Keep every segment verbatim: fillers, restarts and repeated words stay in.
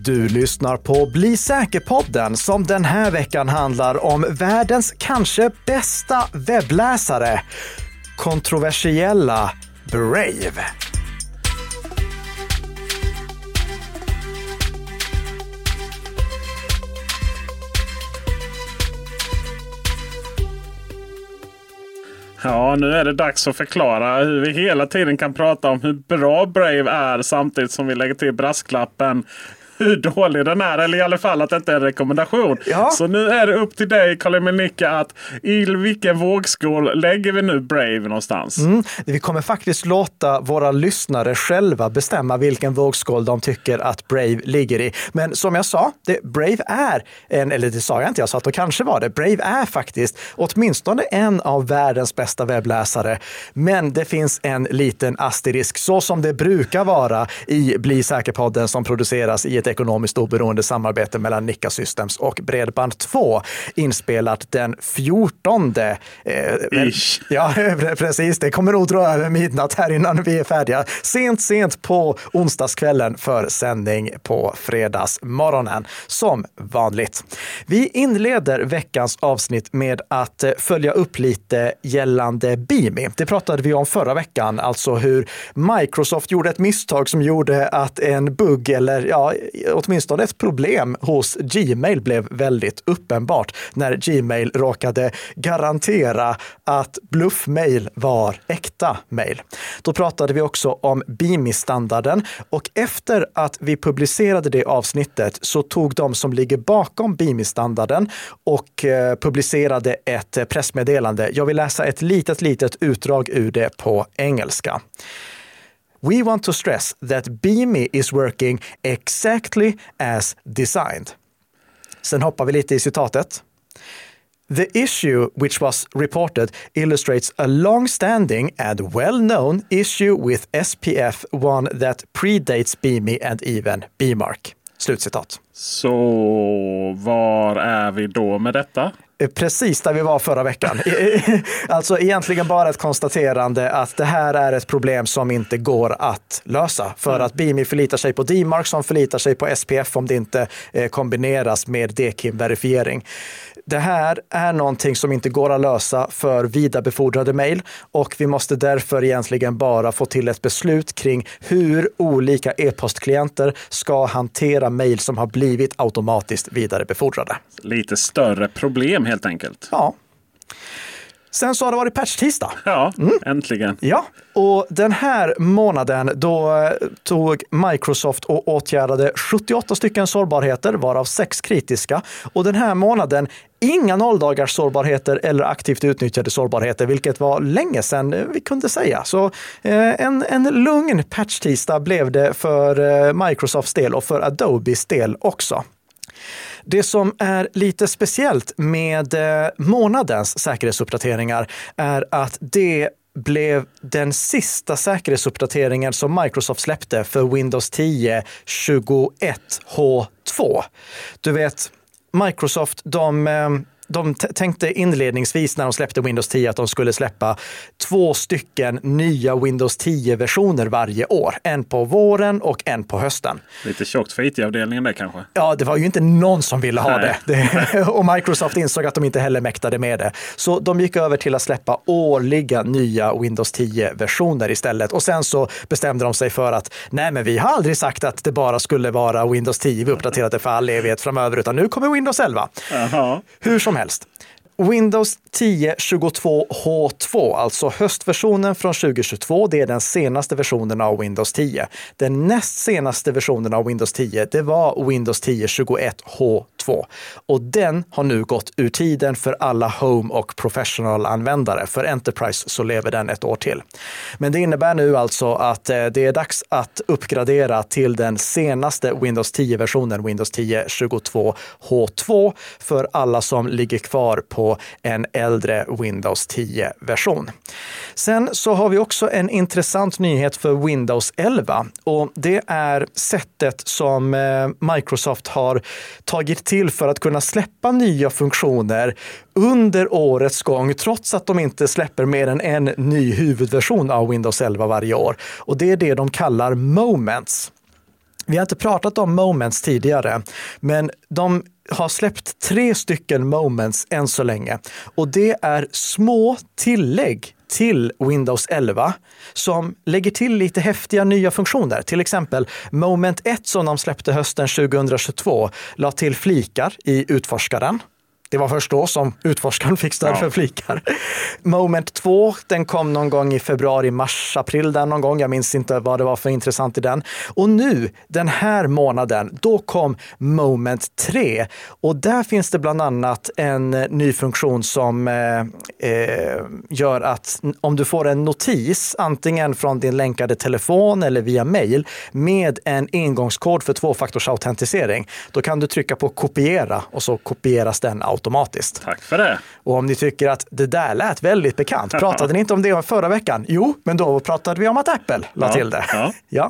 Du lyssnar på Bli säker-podden som den här veckan handlar om världens kanske bästa webbläsare, kontroversiella Brave. Ja, nu är det dags att förklara hur vi hela tiden kan prata om hur bra Brave är samtidigt som vi lägger till brasklappen hur dålig den är, eller i alla fall att det inte är en rekommendation. Ja. Så nu är det upp till dig, Carl Emil Nicke, att i vilken vågskål lägger vi nu Brave någonstans? Mm. Vi kommer faktiskt låta våra lyssnare själva bestämma vilken vågskål de tycker att Brave ligger i. Men som jag sa, det, Brave är, en, eller det sa jag inte, jag sa att det kanske var det, Brave är faktiskt åtminstone en av världens bästa webbläsare. Men det finns en liten asterisk, så som det brukar vara i Bli säker-podden som produceras i ett ekonomiskt oberoende samarbete mellan Nikka Systems och Bredband två, inspelat den fjortonde Eh, ja, precis. Det kommer nog dra över midnatt här innan vi är färdiga. Sent, sent på onsdagskvällen för sändning på fredagsmorgonen, som vanligt. Vi inleder veckans avsnitt med att följa upp lite gällande Beamy. Det pratade vi om förra veckan, alltså hur Microsoft gjorde ett misstag som gjorde att en bugg eller ja, åtminstone ett problem hos Gmail blev väldigt uppenbart när Gmail råkade garantera att bluffmail var äkta mail. Då pratade vi också om Beamy-standarden och efter att vi publicerade det avsnittet så tog de som ligger bakom Beamy-standarden och eh, publicerade ett pressmeddelande. Jag vill läsa ett litet, litet utdrag ur det på engelska. We want to stress that Beamy is working exactly as designed. Sen hoppar vi lite i citatet. The issue which was reported illustrates a long-standing and well-known issue with S P F, one that predates Beamy and even Beamark. Slutcitat. Så var är vi då med detta? Precis där vi var förra veckan. Alltså egentligen bara ett konstaterande att det här är ett problem som inte går att lösa. För mm. att Beamy förlitar sig på Dmark som förlitar sig på S P F om det inte eh, kombineras med D K I M-verifiering. Det här är någonting som inte går att lösa för vidarebefordrade mejl och vi måste därför egentligen bara få till ett beslut kring hur olika e-postklienter ska hantera mejl som har blivit automatiskt vidarebefordrade. Lite större problem helt enkelt. Ja. Sen så har det varit patch-tisdag. Ja, mm. äntligen. Ja, och den här månaden då tog Microsoft och åtgärdade sjuttioåtta stycken sårbarheter, varav sex kritiska. Och den här månaden inga nolldagars sårbarheter eller aktivt utnyttjade sårbarheter, vilket var länge sedan vi kunde säga. Så eh, en, en lugn patch-tisdag blev det för eh, Microsofts del och för Adobes del också. Det som är lite speciellt med månadens säkerhetsuppdateringar är att det blev den sista säkerhetsuppdateringen som Microsoft släppte för Windows tio tjugoett H två. Du vet, Microsoft, de... De t- tänkte inledningsvis när de släppte Windows tio att de skulle släppa två stycken nya Windows tio-versioner varje år. En på våren och en på hösten. Lite tjockt för I T-avdelningen där kanske. Ja, det var ju inte någon som ville ha det. det. Och Microsoft insåg att de inte heller mäktade med det. Så de gick över till att släppa årliga nya Windows tio-versioner istället. Och sen så bestämde de sig för att nej, men vi har aldrig sagt att det bara skulle vara Windows tio vi uppdaterade för all evighet framöver, utan nu kommer Windows elva. Aha. Hur som helst. Windows tio tjugotvå H två, alltså höstversionen från tjugohundratjugotvå, det är den senaste versionen av Windows tio. Den näst senaste versionen av Windows tio, det var Windows tio tjugoett H två. Och den har nu gått ur tiden för alla Home- och Professional-användare. För Enterprise så lever den ett år till. Men det innebär nu alltså att det är dags att uppgradera till den senaste Windows tio-versionen, Windows tio tjugotvå H två, för alla som ligger kvar på en äldre Windows tio-version. Sen så har vi också en intressant nyhet för Windows elva och det är sättet som Microsoft har tagit till för att kunna släppa nya funktioner under årets gång trots att de inte släpper mer än en ny huvudversion av Windows elva varje år. Och det är det de kallar Moments. Vi har inte pratat om Moments tidigare, men de har släppt tre stycken Moments än så länge. Och det är små tillägg till Windows elva som lägger till lite häftiga nya funktioner. Till exempel Moment ett som de släppte hösten tjugohundratjugotvå la till flikar i utforskaren. Det var först då som utforskaren fick stöd ja. för flikar. Moment två, den kom någon gång i februari, mars, april där någon gång. Jag minns inte vad det var för intressant i den. Och nu, den här månaden, då kom Moment tre. Och där finns det bland annat en ny funktion som eh, eh, gör att om du får en notis, antingen från din länkade telefon eller via mail, med en engångskod för tvåfaktorsautentisering, då kan du trycka på kopiera och så kopieras den automatiskt. Tack för det. Och om ni tycker att det där lät väldigt bekant, pratade ni inte om det förra veckan? Jo, men då pratade vi om att Apple la ja, till det. Ja. ja.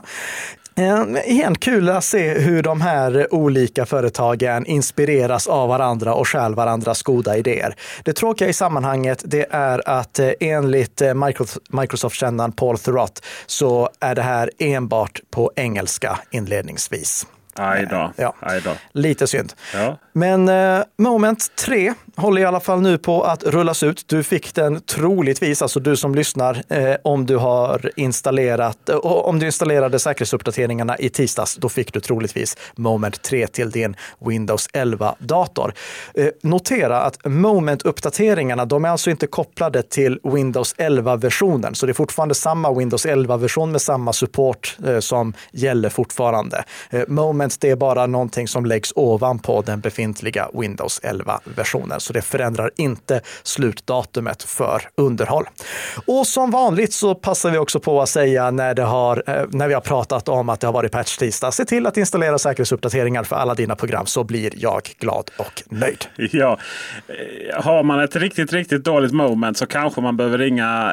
Igen kul att se hur de här olika företagen inspireras av varandra och stjäl varandras goda idéer. Det tråkiga i sammanhanget, det är att enligt Microsoft-kännaren Paul Thurrott så är det här enbart på engelska inledningsvis. Aj då. Ja. Aj då. Lite synd. Ja. Men eh, Moment tre håller i alla fall nu på att rullas ut. Du fick den troligtvis, alltså du som lyssnar, eh, om du har installerat, eh, om du installerade säkerhetsuppdateringarna i tisdags, då fick du troligtvis Moment tre till din Windows elva-dator. Eh, notera att Moment-uppdateringarna, de är alltså inte kopplade till Windows elva-versionen, så det är fortfarande samma Windows elva-version med samma support eh, som gäller fortfarande. Eh, Moment, det är bara någonting som läggs ovanpå den befintliga Windows elva-versionen. Så det förändrar inte slutdatumet för underhåll. Och som vanligt så passar vi också på att säga när, det har, när vi har pratat om att det har varit patch tisdag. Se till att installera säkerhetsuppdateringar för alla dina program, så blir jag glad och nöjd. Ja, har man ett riktigt, riktigt dåligt moment så kanske man behöver ringa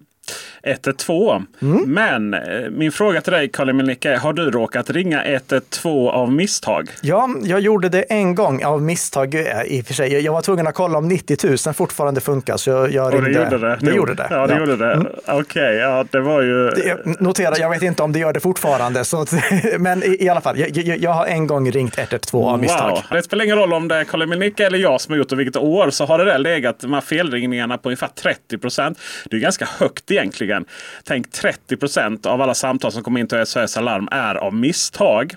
ett ett två. Mm. Men min fråga till dig, Carl Emil Nicke, har du råkat ringa ett ett två av misstag? Ja, jag gjorde det en gång av misstag i och för sig. Jag var tvungen att kolla om nittio tusen fortfarande funkar, så jag, jag ringde. Och det gjorde det? Det gjorde det. Ja, det ja. gjorde det. Mm. Okej, okay, ja, det var ju... Det, notera, jag vet inte om det gör det fortfarande, så, men i, i alla fall, jag, jag, jag har en gång ringt ett ett två av misstag. Wow. Det spelar ingen roll om det är Carl Emil Nicke eller jag som har gjort det vilket år, så har det där legat de här felringningarna på ungefär trettio procent. Det är ganska högt egentligen. Tänk trettio procent av alla samtal som kommer in till S O S Alarm är av misstag.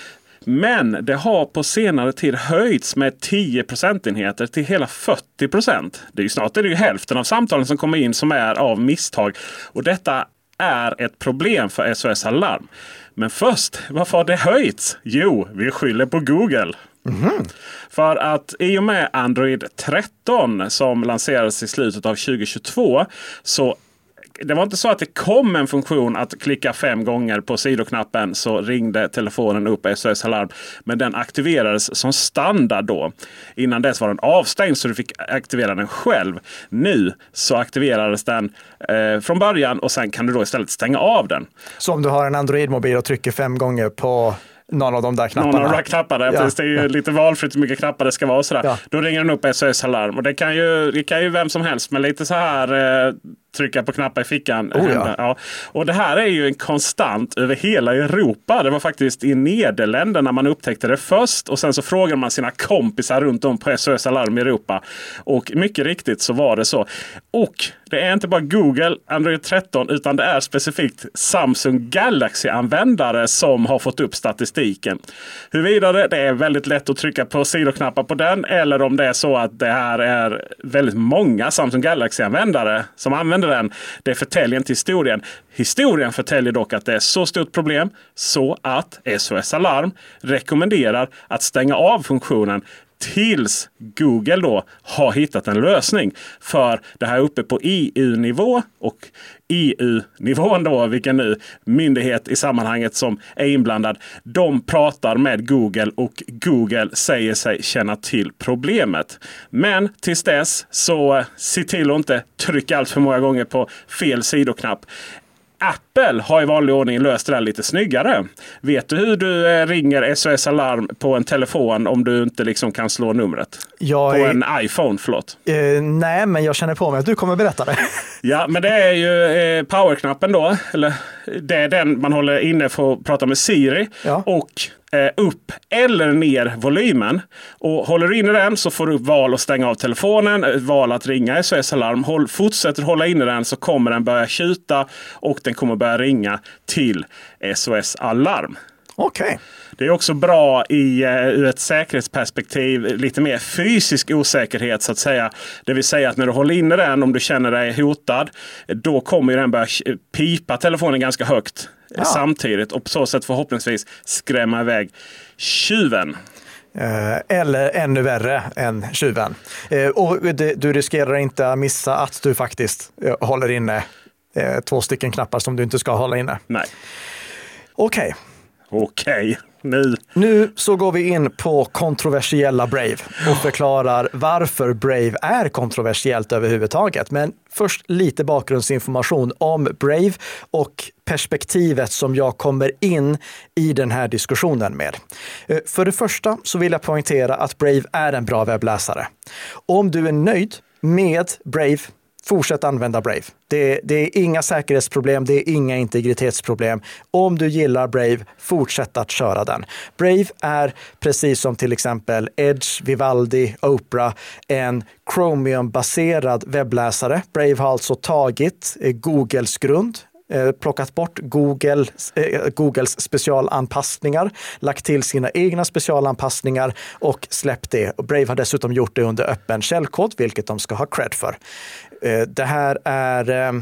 Men det har på senare tid höjts med tio procentenheter till hela fyrtio procent. Det är ju snart är det ju hälften av samtalen som kommer in som är av misstag. Och detta är ett problem för S O S Alarm. Men först, varför har det höjts? Jo, vi skyller på Google. Mm-hmm. För att i och med Android tretton som lanserades i slutet av tjugohundratjugotvå, så det var inte så att det kom en funktion att klicka fem gånger på sidoknappen så ringde telefonen upp S O S Alarm. Men den aktiverades som standard då. Innan dess var den avstängd så du fick aktivera den själv. Nu så aktiverades den eh, från början och sen kan du då istället stänga av den. Så om du har en Android-mobil och trycker fem gånger på någon av de där knapparna. Någon av de där knapparna. Ja. Det är ju ja. lite valfritt hur mycket knappar det ska vara. Sådär. Ja. Då ringer den upp S O S Alarm. Och det kan ju, det kan ju vem som helst med lite så här... Eh, trycka på knappar i fickan. Oh, ja. Ja. Och det här är ju en konstant över hela Europa. Det var faktiskt i Nederländerna man upptäckte det först. Och sen så frågade man sina kompisar runt om på S O S Alarm i Europa. Och mycket riktigt så var det så. Och det är inte bara Google Android tretton utan det är specifikt Samsung Galaxy-användare som har fått upp statistiken. Huruvida det är väldigt lätt att trycka på sidoknappar på den eller om det är så att det här är väldigt många Samsung Galaxy-användare som använder den. Det är förtäljen till historien. Historien förtäljer dock att det är så stort problem så att S O S Alarm rekommenderar att stänga av funktionen tills Google då har hittat en lösning. För det här uppe på E U-nivå och E U-nivån då, vilken nu myndighet i sammanhanget som är inblandad, de pratar med Google och Google säger sig känna till problemet. Men tills dess så se till att inte trycka allt för många gånger på fel sidoknapp. Apple har i vanlig ordning löst det där lite snyggare. Vet du hur du ringer S O S Alarm på en telefon om du inte liksom kan slå numret? Jag på är... en iPhone, förlåt. Uh, nej, men jag känner på mig att du kommer berätta det. Ja, men det är ju eh, powerknappen då. Eller det är den man håller inne för att prata med Siri. Ja. Och eh, upp eller ner volymen. Och håller du inne den så får du upp val att stänga av telefonen. Val att ringa S O S-alarm. Håll, fortsätter hålla inne den så kommer den börja tjuta. Och den kommer börja ringa till S O S-alarm. Okej. Okay. Det är också bra i, uh, ur ett säkerhetsperspektiv, lite mer fysisk osäkerhet så att säga. Det vill säga att när du håller inne den, om du känner dig hotad, då kommer den börja pipa telefonen ganska högt ja. samtidigt. Och på så sätt förhoppningsvis skrämma iväg tjuven. Eller ännu värre än tjuven. Och du riskerar inte att missa att du faktiskt håller inne två stycken knappar som du inte ska hålla inne. Nej. Okej. Okay. Okej, nu. Nu så går vi in på kontroversiella Brave och förklarar varför Brave är kontroversiellt överhuvudtaget. Men först lite bakgrundsinformation om Brave och perspektivet som jag kommer in i den här diskussionen med. För det första så vill jag poängtera att Brave är en bra webbläsare. Om du är nöjd med Brave, fortsätt använda Brave. Det, det är inga säkerhetsproblem, det är inga integritetsproblem. Om du gillar Brave, fortsätt att köra den. Brave är precis som till exempel Edge, Vivaldi, Opera, en Chromium-baserad webbläsare. Brave har alltså tagit Googles grund, plockat bort Google, eh, Googles specialanpassningar, lagt till sina egna specialanpassningar och släppt det. Och Brave har dessutom gjort det under öppen källkod, vilket de ska ha cred för. Eh, det här är... Eh,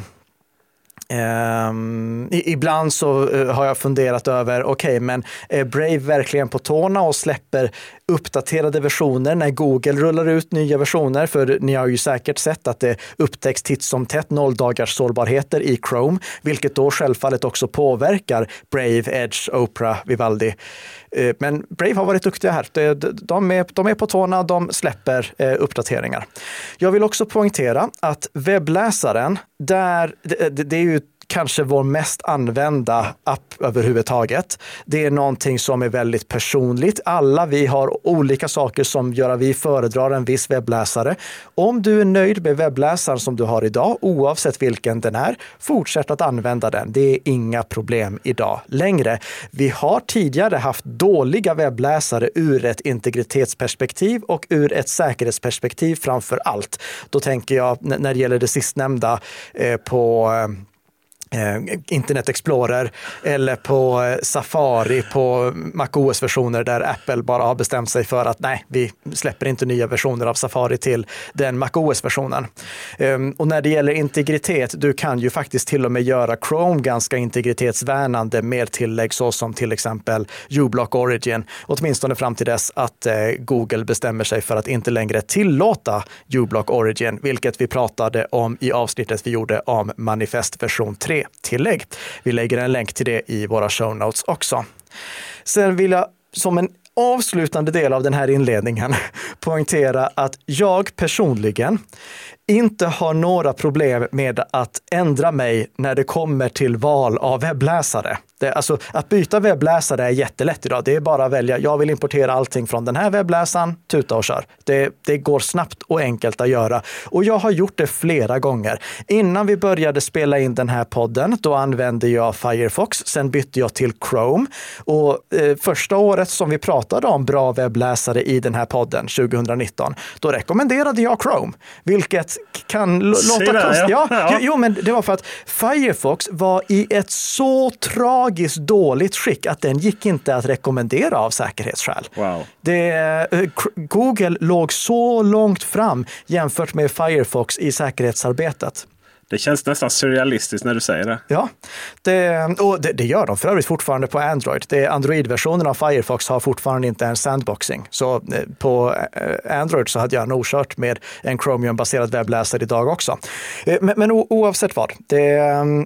Um, ibland så uh, har jag funderat över, okej, okay, men är Brave verkligen på tårna och släpper uppdaterade versioner när Google rullar ut nya versioner? För ni har ju säkert sett att det upptäcks titt som tätt noll-dagars sårbarheter i Chrome, vilket då självfallet också påverkar Brave, Edge, Opera, Vivaldi. Uh, men Brave har varit duktiga här. De, de, är, de är på tårna, de släpper uh, uppdateringar. Jag vill också poängtera att webbläsaren, där, det, det är ju kanske vår mest använda app överhuvudtaget. Det är någonting som är väldigt personligt. Alla vi har olika saker som gör att vi föredrar en viss webbläsare. Om du är nöjd med webbläsaren som du har idag, oavsett vilken den är, fortsätt att använda den. Det är inga problem idag längre. Vi har tidigare haft dåliga webbläsare ur ett integritetsperspektiv och ur ett säkerhetsperspektiv framför allt. Då tänker jag när det gäller det sistnämnda eh, på Internet Explorer eller på Safari på macOS-versioner där Apple bara har bestämt sig för att nej, vi släpper inte nya versioner av Safari till den macOS-versionen. Och när det gäller integritet, du kan ju faktiskt till och med göra Chrome ganska integritetsvärnande med tillägg så som till exempel uBlock Origin, åtminstone fram till dess att Google bestämmer sig för att inte längre tillåta uBlock Origin, vilket vi pratade om i avsnittet vi gjorde om Manifest version tre. Tillägg. Vi lägger en länk till det i våra show notes också. Sen vill jag som en avslutande del av den här inledningen poängtera att jag personligen inte har några problem med att ändra mig när det kommer till val av webbläsare. Det, alltså, att byta webbläsare är jättelätt idag. Det är bara att välja, jag vill importera allting från den här webbläsaren, tuta och kör. Det, det går snabbt och enkelt att göra. Och jag har gjort det flera gånger. Innan vi började spela in den här podden, då använde jag Firefox. Sen bytte jag till Chrome. Och eh, första året som vi pratade om bra webbläsare i den här podden, tjugonitton, då rekommenderade jag Chrome. Vilket kan l- låta där, konstigt. Ja. Ja, Ja. Jo, men det var för att Firefox var i ett så tragiskt dåligt skick att den gick inte att rekommendera av säkerhetsskäl. Wow. Det, Google låg så långt fram jämfört med Firefox i säkerhetsarbetet. Det känns nästan surrealistiskt när du säger det. Ja, det, och det, det gör de för övrigt fortfarande på Android. Det Android-versionen av Firefox har fortfarande inte en sandboxing. Så på Android så hade jag nog kört med en Chromium-baserad webbläsare idag också. Men, men oavsett vad, det...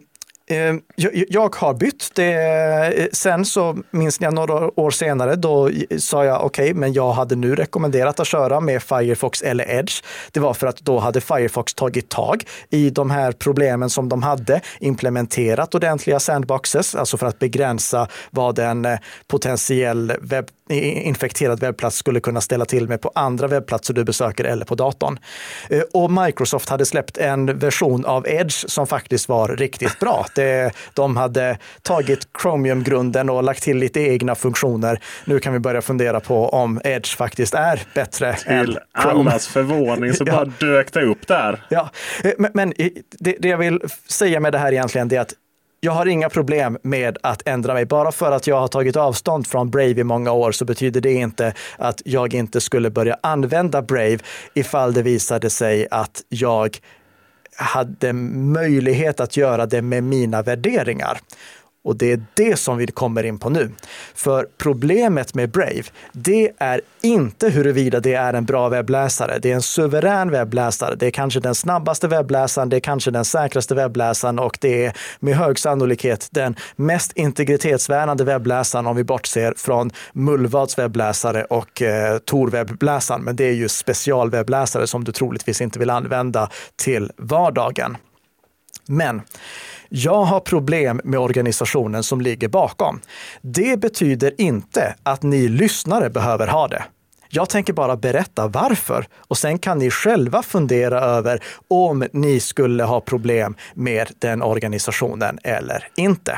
Jag har bytt det. Sen så minns jag några år senare, då sa jag okej, okay, men jag hade nu rekommenderat att köra med Firefox eller Edge. Det var för att då hade Firefox tagit tag i de här problemen som de hade, implementerat ordentliga sandboxes, alltså för att begränsa vad en potentiell webb infekterad webbplats skulle kunna ställa till med på andra webbplatser du besöker eller på datorn. Och Microsoft hade släppt en version av Edge som faktiskt var riktigt bra. Det, de hade tagit Chromium-grunden och lagt till lite egna funktioner. Nu kan vi börja fundera på om Edge faktiskt är bättre till än Chrome. Allas förvåning så bara ja. dök det upp där. Ja, men, men det, det jag vill säga med det här egentligen är att jag har inga problem med att ändra mig. Bara för att jag har tagit avstånd från Brave i många år så betyder det inte att jag inte skulle börja använda Brave ifall det visade sig att jag hade möjlighet att göra det med mina värderingar. Och det är det som vi kommer in på nu. För problemet med Brave, det är inte huruvida det är en bra webbläsare. Det är en suverän webbläsare. Det är kanske den snabbaste webbläsaren, det är kanske den säkraste webbläsaren och det är med hög sannolikhet den mest integritetsvärnande webbläsaren om vi bortser från Mullvads webbläsare och eh, Tor-webbläsaren. Men det är ju specialwebbläsare som du troligtvis inte vill använda till vardagen. Men jag har problem med organisationen som ligger bakom. Det betyder inte att ni lyssnare behöver ha det. Jag tänker bara berätta varför och sen kan ni själva fundera över om ni skulle ha problem med den organisationen eller inte.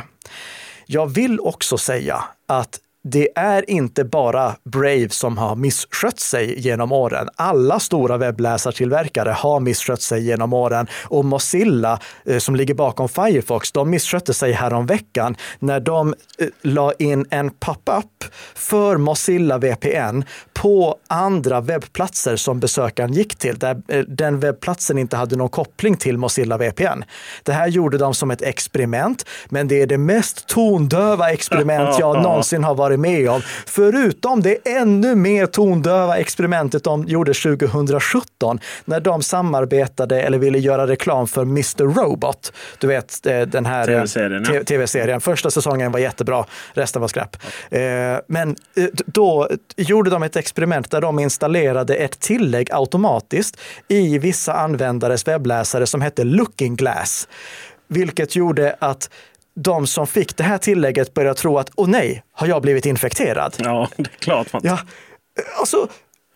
Jag vill också säga att det är inte bara Brave som har misskött sig genom åren. Alla stora webbläsartillverkare har misskött sig genom åren och Mozilla eh, som ligger bakom Firefox, de misskötte sig häromveckan när de eh, la in en pop-up för Mozilla V P N på andra webbplatser som besökaren gick till, där eh, den webbplatsen inte hade någon koppling till Mozilla V P N. Det här gjorde de som ett experiment, men det är det mest tondöva experiment jag någonsin har varit med om. Förutom det ännu mer tondöva experimentet de gjorde tjugohundrasjutton när de samarbetade eller ville göra reklam för mister Robot. Du vet den här tv-serien. Ja. tv-serien. Första säsongen var jättebra, resten var skräp. Ja. Men då gjorde de ett experiment där de installerade ett tillägg automatiskt i vissa användares webbläsare som hette Looking Glass. Vilket gjorde att de som fick det här tillägget började tro att åh nej, har jag blivit infekterad? Ja, det är klart. Ja, alltså,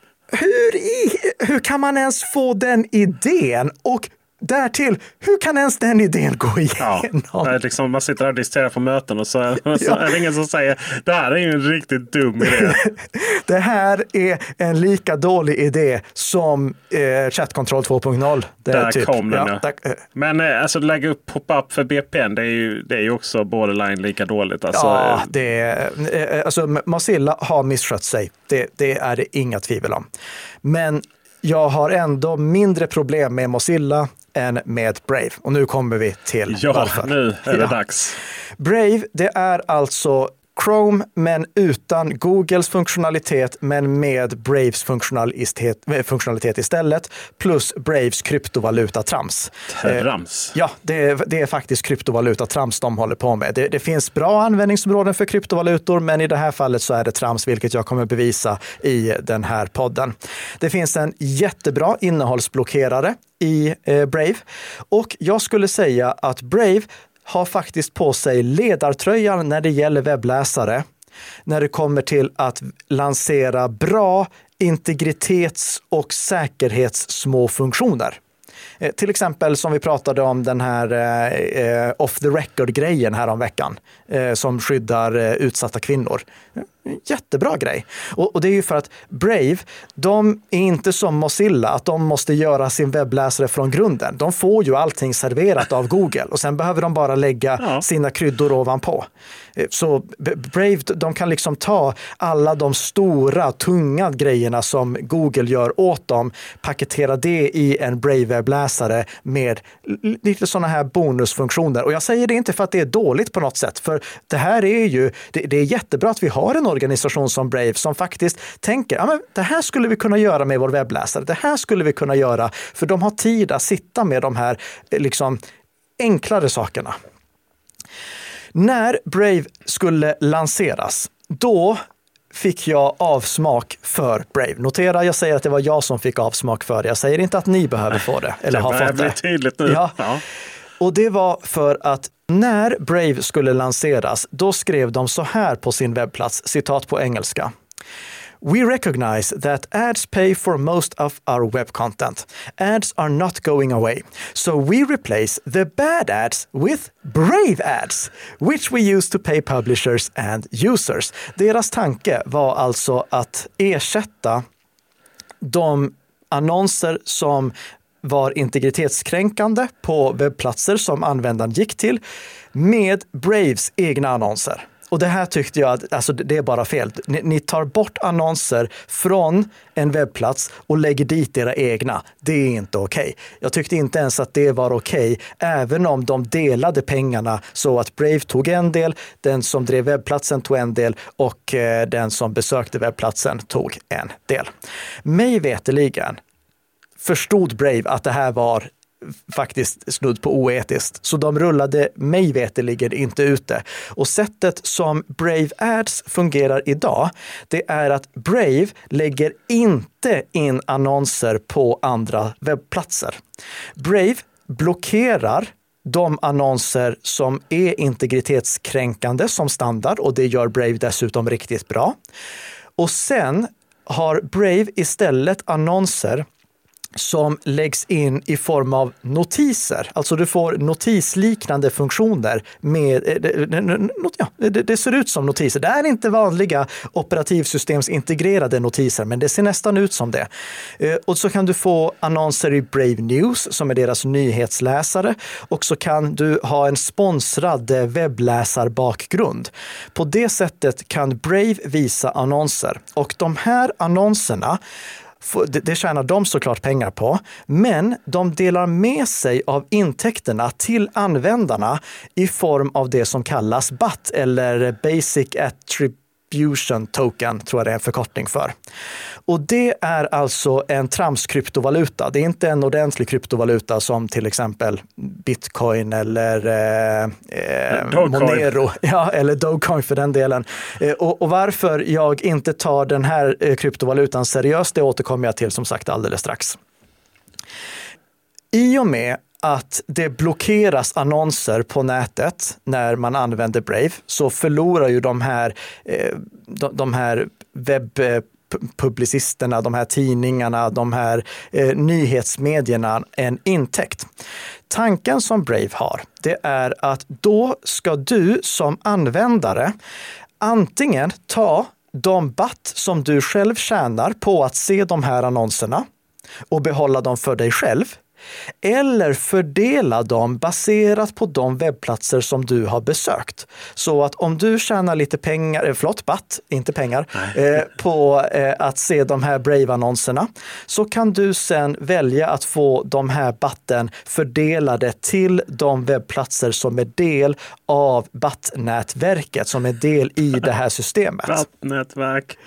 hur, i, hur kan man ens få den idén? Och därtill, hur kan ens den idén gå igenom? Ja, liksom, man sitter där och diskuterar på möten och så, är, ja. så är det ingen som säger det här är ju en riktigt dum idé. Det här är en lika dålig idé som eh, Chatcontrol två punkt noll. Det där typ, kom den, ja. ja. Där, Men eh, alltså lägga upp pop-up för B P N, det är ju, det är ju också borderline lika dåligt. Alltså, ja, det är, eh, alltså, Mozilla har misskött sig. Det, det är det inga tvivel om. Men jag har ändå mindre problem med Mozilla än med Brave. Och nu kommer vi till ja, varför. nu är det ja. dags. Brave, det är alltså Chrome men utan Googles funktionalitet men med Braves funktionalitet, funktionalitet istället plus Braves kryptovaluta-trams. Trams? Eh, ja, det, det är faktiskt kryptovaluta-trams de håller på med. Det, det finns bra användningsområden för kryptovalutor men i det här fallet så är det trams, vilket jag kommer bevisa i den här podden. Det finns en jättebra innehållsblockerare i eh, Brave och jag skulle säga att Brave har faktiskt på sig ledartröjan när det gäller webbläsare. När det kommer till att lansera bra integritets- och säkerhetssmå funktioner. Eh, till exempel som vi pratade om den här eh, off the record-grejen här om veckan eh, som skyddar eh, utsatta kvinnor. Jättebra grej. Och, och det är ju för att Brave, de är inte som Mozilla att de måste göra sin webbläsare från grunden. De får ju allting serverat av Google och sen behöver de bara lägga ja. sina kryddor ovanpå. Så Brave, de kan liksom ta alla de stora, tunga grejerna som Google gör åt dem, paketera det i en Brave-webbläsare med lite sådana här bonusfunktioner. Och jag säger det inte för att det är dåligt på något sätt, för det här är ju, det, det är jättebra att vi har en organisation som Brave som faktiskt tänker, ja men det här skulle vi kunna göra med vår webbläsare, det här skulle vi kunna göra, för de har tid att sitta med de här liksom enklare sakerna. När Brave skulle lanseras, då fick jag avsmak för Brave. Notera, jag säger att det var jag som fick avsmak för det. Jag säger inte att ni behöver få det. Eller det har fått blir det. Tydligt nu. Ja. Ja. Och det var för att när Brave skulle lanseras, då skrev de så här på sin webbplats, citat på engelska. We recognize that ads pay for most of our web content. Ads are not going away. So we replace the bad ads with Brave ads, which we use to pay publishers and users. Deras tanke var alltså att ersätta de annonser som var integritetskränkande på webbplatser som användaren gick till med Braves egna annonser. Och det här tyckte jag att alltså, det är bara fel. Ni, ni tar bort annonser från en webbplats och lägger dit era egna. Det är inte okej. Okay. Jag tyckte inte ens att det var okej, okay, även om de delade pengarna så att Brave tog en del, den som drev webbplatsen tog en del och eh, den som besökte webbplatsen tog en del. Mig veteligen förstod Brave att det här var faktiskt snudd på oetiskt. Så de rullade mig veteligen inte ut det. Och sättet som Brave Ads fungerar idag, det är att Brave lägger inte in annonser på andra webbplatser. Brave blockerar de annonser som är integritetskränkande som standard, och det gör Brave dessutom riktigt bra. Och sen har Brave istället annonser som läggs in i form av notiser. Alltså du får notisliknande funktioner. Med, ja, det ser ut som notiser. Det är inte vanliga operativsystemsintegrerade notiser, men det ser nästan ut som det. Och så kan du få annonser i Brave News som är deras nyhetsläsare. Och så kan du ha en sponsrad webbläsarbakgrund. På det sättet kan Brave visa annonser. Och de här annonserna, det tjänar de såklart pengar på, men de delar med sig av intäkterna till användarna i form av det som kallas B A T eller Basic Attribution Token, tror jag det är en förkortning för. Och det är alltså en tramskryptovaluta. Det är inte en ordentlig kryptovaluta som till exempel Bitcoin eller eh, Monero, ja, eller Dogecoin för den delen. Eh, och, och varför jag inte tar den här eh, kryptovalutan seriöst, det återkommer jag till som sagt alldeles strax. I och med att det blockeras annonser på nätet när man använder Brave, så förlorar ju de här, eh, de, de här webb publicisterna, de här tidningarna, de här eh, nyhetsmedierna en intäkt. Tanken som Brave har, det är att då ska du som användare antingen ta de B A T som du själv tjänar på att se de här annonserna och behålla dem för dig själv, eller fördela dem baserat på de webbplatser som du har besökt. Så att om du tjänar lite pengar, förlåt, B A T, inte pengar, eh, på eh, att se de här Brave-annonserna, så kan du sen välja att få de här B A T-en fördelade till de webbplatser som är del av B A T-nätverket, som är del i det här systemet. B A T-nätverk.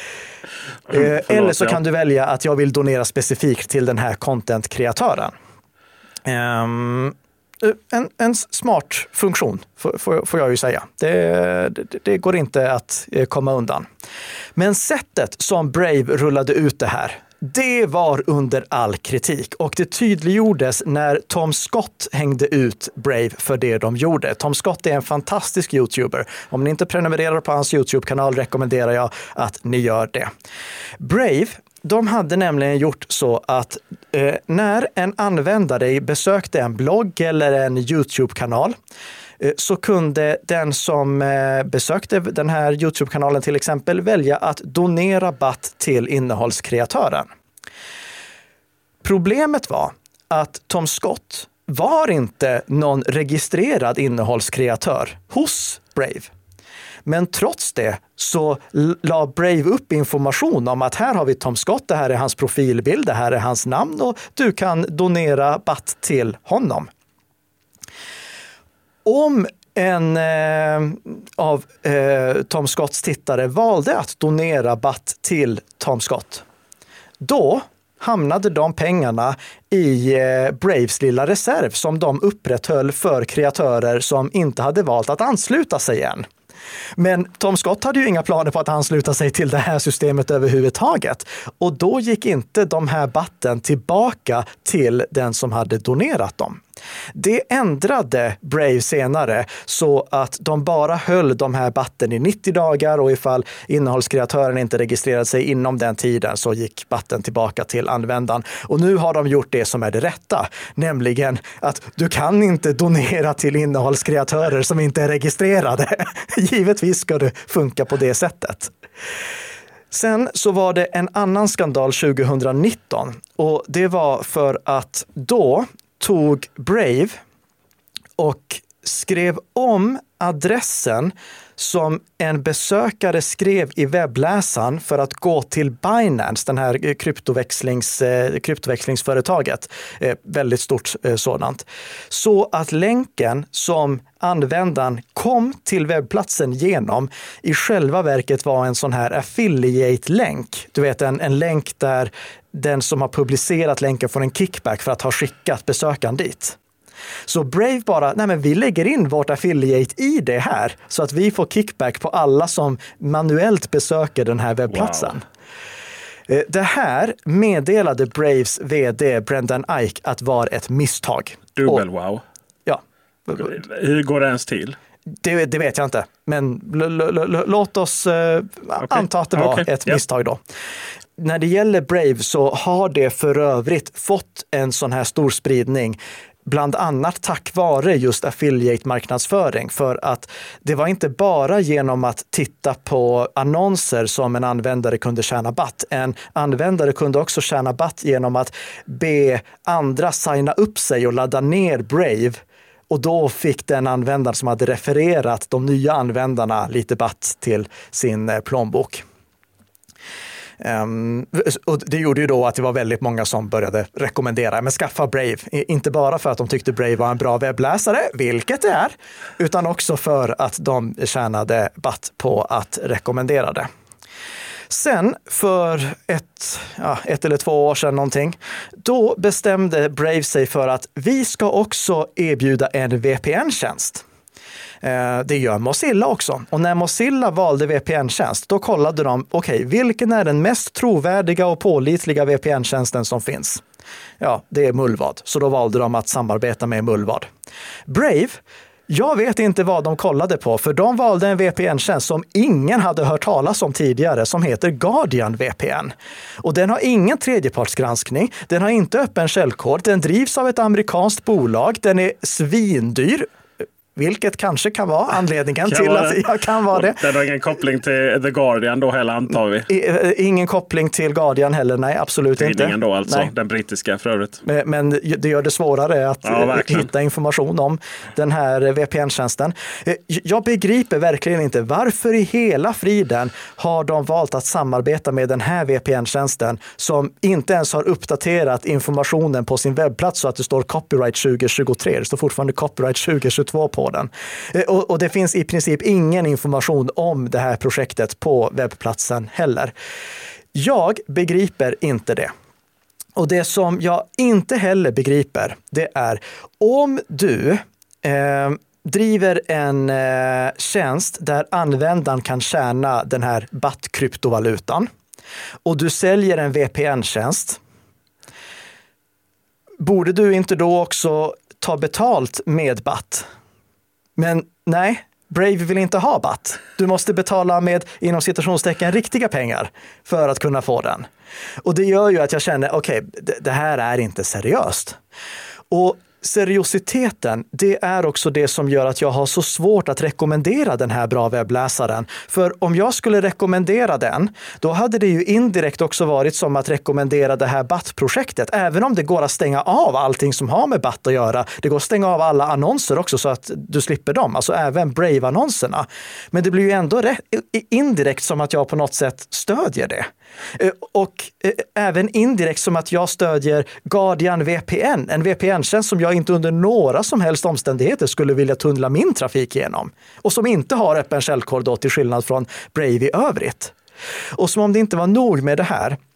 Mm, Eller så kan du välja att jag vill donera specifikt till den här content-kreatören. Um, en, en smart funktion får, får, får jag ju säga. Det, det, det går inte att komma undan. Men sättet som Brave rullade ut det här, det var under all kritik, och det tydliggjordes när Tom Scott hängde ut Brave för det de gjorde. Tom Scott är en fantastisk YouTuber. Om ni inte prenumererar på hans YouTube-kanal rekommenderar jag att ni gör det. Brave, de hade nämligen gjort så att eh, när en användare besökte en blogg eller en YouTube-kanal, så kunde den som besökte den här YouTube-kanalen till exempel välja att donera B A T till innehållskreatören. Problemet var att Tom Scott var inte någon registrerad innehållskreatör hos Brave. Men trots det så la Brave upp information om att här har vi Tom Scott, det här är hans profilbild, det här är hans namn och du kan donera B A T till honom. Om en eh, av eh, Tom Scotts tittare valde att donera B A T till Tom Scott, då hamnade de pengarna i eh, Braves lilla reserv som de upprätthöll för kreatörer som inte hade valt att ansluta sig än. Men Tom Scott hade ju inga planer på att ansluta sig till det här systemet överhuvudtaget. Och då gick inte de här B A T-en tillbaka till den som hade donerat dem. Det ändrade Brave senare så att de bara höll de här batten i nittio dagar och ifall innehållskreatören inte registrerade sig inom den tiden så gick batten tillbaka till användaren. Och nu har de gjort det som är det rätta, nämligen att du kan inte donera till innehållskreatörer som inte är registrerade. Givetvis ska det funka på det sättet. Sen så var det en annan skandal tjugonitton och det var för att då tog Brave och skrev om adressen som en besökare skrev i webbläsaren för att gå till Binance, den här kryptoväxlings, kryptoväxlingsföretaget, väldigt stort sådant. Så att länken som användaren kom till webbplatsen genom i själva verket var en sån här affiliate-länk. Du vet, en, en länk där den som har publicerat länken får en kickback för att ha skickat besökaren dit. Så Brave bara, nej men vi lägger in vårt affiliate i det här så att vi får kickback på alla som manuellt besöker den här webbplatsen. Wow. Det här meddelade Braves vd Brendan Eich att var ett misstag. Dubbel wow. Ja. Hur går det ens till? Det, det vet jag inte, men l- l- l- låt oss uh, okay. anta att det var okay. ett yep. misstag då. När det gäller Brave så har det för övrigt fått en sån här stor spridning bland annat tack vare just affiliate-marknadsföring, för att det var inte bara genom att titta på annonser som en användare kunde tjäna batt. En användare kunde också tjäna batt genom att be andra signa upp sig och ladda ner Brave. Och då fick den användare som hade refererat de nya användarna lite batt till sin plånbok. Um, och det gjorde ju då att det var väldigt många som började rekommendera, men skaffa Brave. Inte bara för att de tyckte Brave var en bra webbläsare, vilket det är, utan också för att de tjänade batt på att rekommendera det. Sen för ett, ja, ett eller två år sedan någonting, då bestämde Brave sig för att vi ska också erbjuda en V P N-tjänst. Det gör Mozilla också. Och när Mozilla valde V P N-tjänst, då kollade de, okej, okay, vilken är den mest trovärdiga och pålitliga V P N-tjänsten som finns? Ja, det är Mullvad. Så då valde de att samarbeta med Mullvad. Brave, jag vet inte vad de kollade på, för de valde en V P N-tjänst som ingen hade hört talas om tidigare, som heter Guardian V P N. Och den har ingen tredjepartsgranskning, den har inte öppen källkod, den drivs av ett amerikanskt bolag, den är svindyr. Vilket kanske kan vara anledningen kan till vara, att jag kan vara det. Den har ingen koppling till The Guardian då heller, antar vi. Ingen koppling till Guardian heller, nej, absolut inte. Tidningen då alltså, nej. Den brittiska för övrigt. Men, men det gör det svårare att ja, hitta information om den här V P N-tjänsten. Jag begriper verkligen inte varför i hela friden har de valt att samarbeta med den här V P N-tjänsten som inte ens har uppdaterat informationen på sin webbplats så att det står copyright tjugo tjugotre. Det står fortfarande copyright tjugo tjugotvå på den. Och, och det finns i princip ingen information om det här projektet på webbplatsen heller. Jag begriper inte det. Och det som jag inte heller begriper, det är om du eh, driver en eh, tjänst där användaren kan tjäna den här B A T-kryptovalutan och du säljer en V P N-tjänst, borde du inte då också ta betalt med B A T? Men nej, Brave vill inte ha B A T. Du måste betala med, inom citationstecken, riktiga pengar för att kunna få den. Och det gör ju att jag känner, okej, okay, det här är inte seriöst. Och seriositeten, det är också det som gör att jag har så svårt att rekommendera den här bra webbläsaren. För om jag skulle rekommendera den, då hade det ju indirekt också varit som att rekommendera det här B A T-projektet. Även om det går att stänga av allting som har med B A T att göra. Det går att stänga av alla annonser också så att du slipper dem. Alltså även Brave-annonserna. Men det blir ju ändå indirekt som att jag på något sätt stödjer det. Och även indirekt som att jag stödjer Guardian V P N. En V P N-tjänst som jag inte under några som helst omständigheter skulle vilja tunnla min trafik genom. Och som inte har öppen källkod då, till skillnad från Brave i övrigt. Och som om det inte var nog med det här,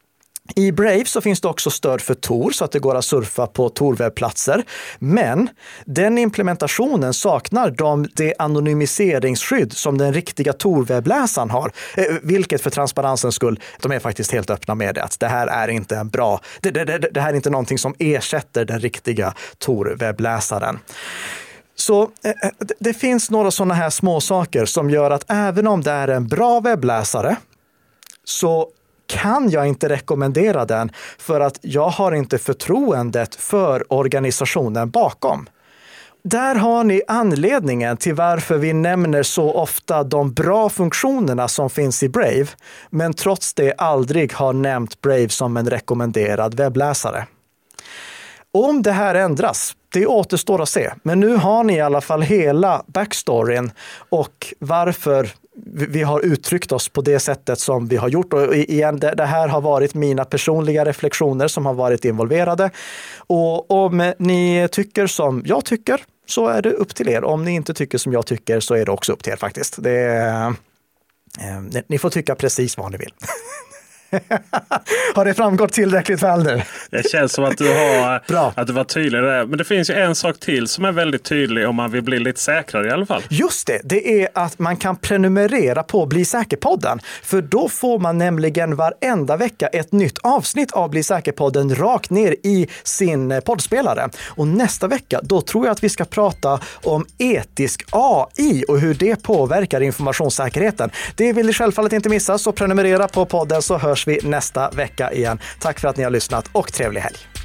I Brave så finns det också stöd för Tor så att det går att surfa på Tor-webbplatser. Men den implementationen saknar de det anonymiseringsskydd som den riktiga Tor-webbläsaren har. Vilket för transparensens skull, de är faktiskt helt öppna med det. Att det här är inte en bra, det, det, det, det här är inte någonting som ersätter den riktiga Tor-webbläsaren. Så eh, det finns några sådana här små saker som gör att även om det är en bra webbläsare så kan jag inte rekommendera den för att jag har inte förtroendet för organisationen bakom. Där har ni anledningen till varför vi nämner så ofta de bra funktionerna som finns i Brave, men trots det aldrig har nämnt Brave som en rekommenderad webbläsare. Om det här ändras, det återstår att se. Men nu har ni i alla fall hela backstoryn och varför vi har uttryckt oss på det sättet som vi har gjort. Och igen, det här har varit mina personliga reflektioner som har varit involverade. Och om ni tycker som jag tycker så är det upp till er. Om ni inte tycker som jag tycker så är det också upp till er faktiskt. Det är, eh, ni får tycka precis vad ni vill. Har det framgått tillräckligt väl nu? Det känns som att du, har, Bra. att du var tydlig där. Men det finns ju en sak till som är väldigt tydlig om man vill bli lite säkrare i alla fall. Just det, det är att man kan prenumerera på Bli säker-podden. För då får man nämligen varenda vecka ett nytt avsnitt av Bli säker-podden rakt ner i sin poddspelare. Och nästa vecka, då tror jag att vi ska prata om etisk A I och hur det påverkar informationssäkerheten. Det vill ni självfallet inte missa, så prenumerera på podden så hörs vi nästa vecka igen. Tack för att ni har lyssnat och trevlig helg.